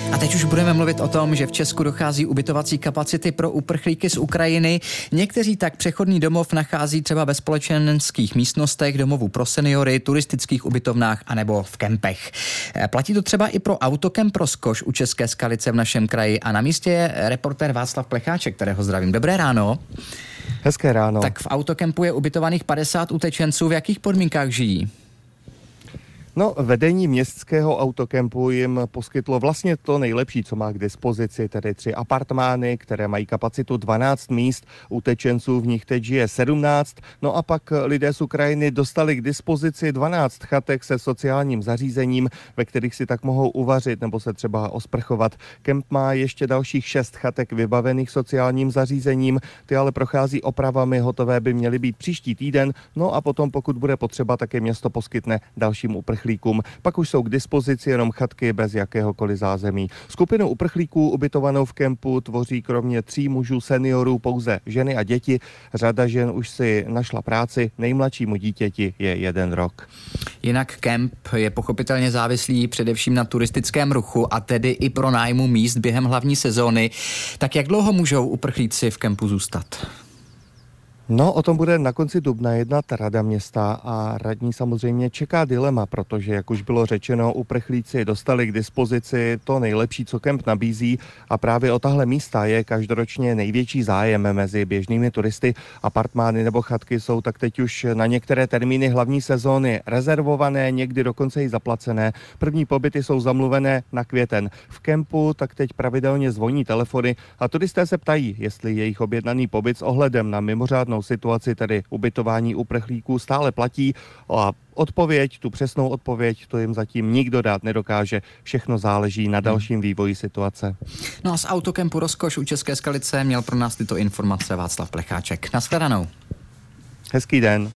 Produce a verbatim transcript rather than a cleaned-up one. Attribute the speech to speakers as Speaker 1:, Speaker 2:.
Speaker 1: A teď už budeme mluvit o tom, že v Česku dochází ubytovací kapacity pro uprchlíky z Ukrajiny. Někteří tak přechodný domov nachází třeba ve společenských místnostech, domovů pro seniory, turistických ubytovnách anebo v kempech. Platí to třeba i pro autokemp Rozkoš u České Skalice v našem kraji a na místě je reportér Václav Plecháček, kterého zdravím. Dobré ráno.
Speaker 2: Hezké ráno.
Speaker 1: Tak v autokempu je ubytovaných padesát utečenců. V jakých podmínkách žijí?
Speaker 2: No, vedení městského autokempu jim poskytlo vlastně to nejlepší, co má k dispozici, tedy tři apartmány, které mají kapacitu dvanáct míst, utečenců v nich teď žije sedmnáct, no a pak lidé z Ukrajiny dostali k dispozici dvanáct chatek se sociálním zařízením, ve kterých si tak mohou uvařit nebo se třeba osprchovat. Kemp má ještě dalších šest chatek vybavených sociálním zařízením, ty ale prochází opravami, hotové by měly být příští týden, no a potom, pokud bude potřeba, také město poskytne dalším uprchlíkům. Pak už jsou k dispozici jenom chatky bez jakéhokoliv zázemí. Skupinu uprchlíků ubytovanou v kempu tvoří kromě tří mužů seniorů pouze ženy a děti. Řada žen už si našla práci, nejmladšímu dítěti je jeden rok.
Speaker 1: Jinak kemp je pochopitelně závislý především na turistickém ruchu a tedy i pro nájmu míst během hlavní sezóny. Tak jak dlouho můžou uprchlíci v kempu zůstat?
Speaker 2: No, o tom bude na konci dubna jednat Rada města a radní samozřejmě čeká dilema, protože, jak už bylo řečeno, uprchlíci dostali k dispozici to nejlepší, co kemp nabízí a právě o tahle místa je každoročně největší zájem mezi běžnými turisty. Apartmány nebo chatky jsou tak teď už na některé termíny hlavní sezóny rezervované, někdy dokonce i zaplacené. První pobyty jsou zamluvené na květen. V kempu tak teď pravidelně zvoní telefony a turisté se ptají, jestli jejich objednaný pobyt s ohledem na mimořádnou situaci, tedy ubytování uprchlíků, stále platí a odpověď, tu přesnou odpověď, to jim zatím nikdo dát nedokáže. Všechno záleží na dalším vývoji situace.
Speaker 1: No a z autokempu Rozkoš u České Skalice měl pro nás tyto informace Václav Plecháček. Nashledanou.
Speaker 2: Hezký den.